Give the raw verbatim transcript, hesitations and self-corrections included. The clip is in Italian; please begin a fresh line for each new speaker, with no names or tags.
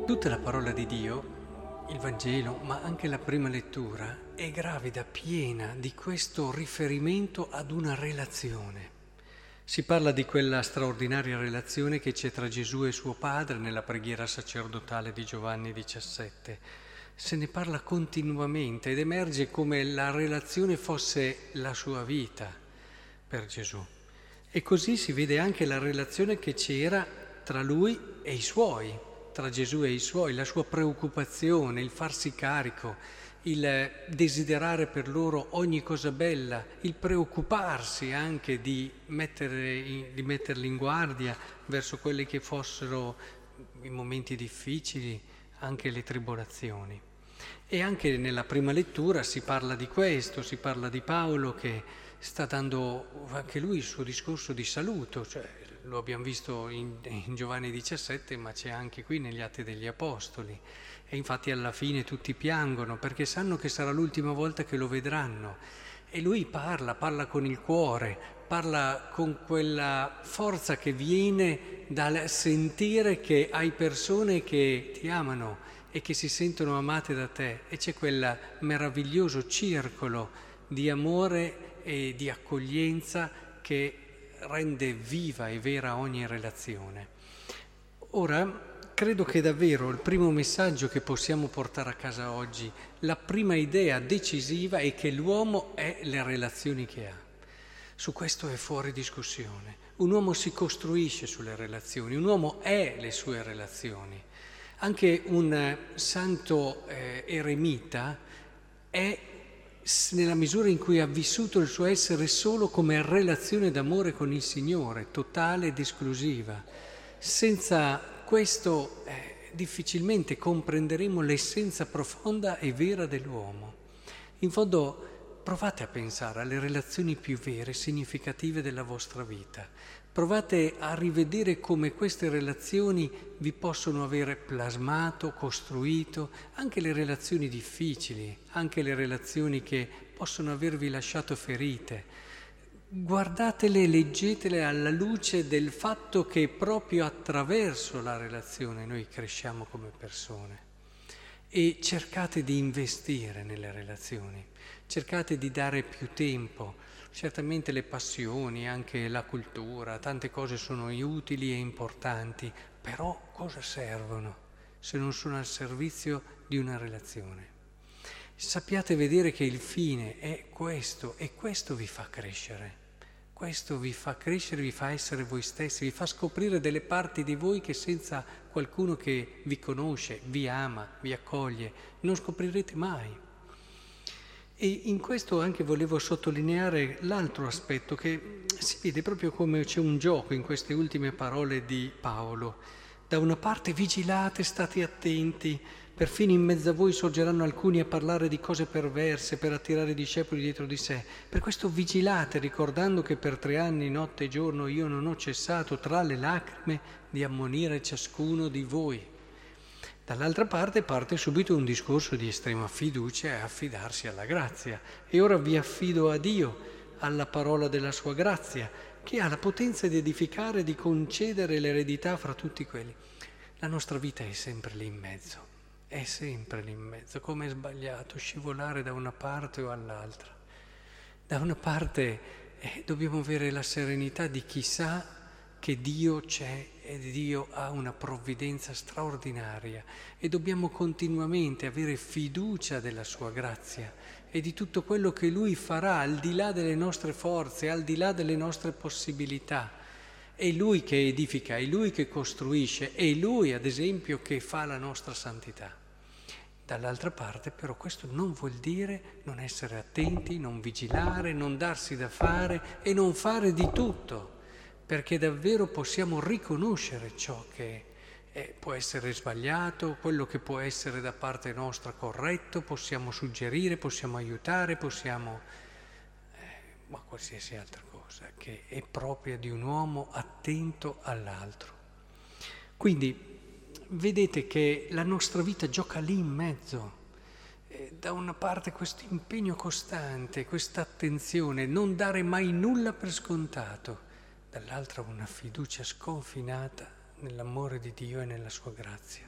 Tutta la parola di Dio, il Vangelo, ma anche la prima lettura, è gravida, piena di questo riferimento ad una relazione. Si parla di quella straordinaria relazione che c'è tra Gesù e suo Padre nella preghiera sacerdotale di Giovanni diciassette. Se ne parla continuamente ed emerge come la relazione fosse la sua vita per Gesù. E così si vede anche la relazione che c'era tra lui e i suoi, tra Gesù e i suoi, la sua preoccupazione, il farsi carico, il desiderare per loro ogni cosa bella, il preoccuparsi anche di, mettere in, di metterli in guardia verso quelli che fossero i momenti difficili, anche le tribolazioni. E anche nella prima lettura si parla di questo, si parla di Paolo che sta dando anche lui il suo discorso di saluto, cioè lo abbiamo visto in, in Giovanni diciassette, ma c'è anche qui negli Atti degli Apostoli. E infatti alla fine tutti piangono perché sanno che sarà l'ultima volta che lo vedranno. E lui parla, parla con il cuore, parla con quella forza che viene dal sentire che hai persone che ti amano e che si sentono amate da te. E c'è quel meraviglioso circolo di amore e di accoglienza che rende viva e vera ogni relazione. Ora, credo che davvero il primo messaggio che possiamo portare a casa oggi, la prima idea decisiva è che l'uomo è le relazioni che ha. Su questo è fuori discussione. Un uomo si costruisce sulle relazioni, un uomo è le sue relazioni. Anche un santo eh, eremita è, nella misura in cui ha vissuto il suo essere solo come relazione d'amore con il Signore, totale ed esclusiva. Senza questo eh, difficilmente comprenderemo l'essenza profonda e vera dell'uomo. In fondo provate a pensare alle relazioni più vere e significative della vostra vita. Provate a rivedere come queste relazioni vi possono avere plasmato, costruito, anche le relazioni difficili, anche le relazioni che possono avervi lasciato ferite. Guardatele, leggetele alla luce del fatto che proprio attraverso la relazione noi cresciamo come persone. E cercate di investire nelle relazioni, cercate di dare più tempo. Certamente le passioni, anche la cultura, tante cose sono utili e importanti, però cosa servono se non sono al servizio di una relazione? Sappiate vedere che il fine è questo e questo vi fa crescere. Questo vi fa crescere, vi fa essere voi stessi, vi fa scoprire delle parti di voi che senza qualcuno che vi conosce, vi ama, vi accoglie, non scoprirete mai. E in questo anche volevo sottolineare l'altro aspetto, che si vede proprio come c'è un gioco in queste ultime parole di Paolo. Da una parte vigilate, state attenti, perfino in mezzo a voi sorgeranno alcuni a parlare di cose perverse per attirare i discepoli dietro di sé. Per questo vigilate, ricordando che per tre anni, notte e giorno, io non ho cessato tra le lacrime di ammonire ciascuno di voi. Dall'altra parte parte subito un discorso di estrema fiducia e affidarsi alla grazia. E ora vi affido a Dio, alla parola della sua grazia, che ha la potenza di edificare e di concedere l'eredità fra tutti quelli. La nostra vita è sempre lì in mezzo, è sempre lì in mezzo. Come è sbagliato scivolare da una parte o all'altra. Da una parte eh, dobbiamo avere la serenità di chi sa che Dio c'è e Dio ha una provvidenza straordinaria e dobbiamo continuamente avere fiducia della sua grazia e di tutto quello che Lui farà al di là delle nostre forze, al di là delle nostre possibilità. È Lui che edifica, è Lui che costruisce, è Lui, ad esempio, che fa la nostra santità. Dall'altra parte, però, questo non vuol dire non essere attenti, non vigilare, non darsi da fare e non fare di tutto, perché davvero possiamo riconoscere ciò che eh, può essere sbagliato, quello che può essere da parte nostra corretto, possiamo suggerire, possiamo aiutare, possiamo... Eh, ma qualsiasi altra cosa che è propria di un uomo attento all'altro. Quindi vedete che la nostra vita gioca lì in mezzo. Eh, da una parte questo impegno costante, questa attenzione, non dare mai nulla per scontato, dall'altra una fiducia sconfinata nell'amore di Dio e nella sua grazia.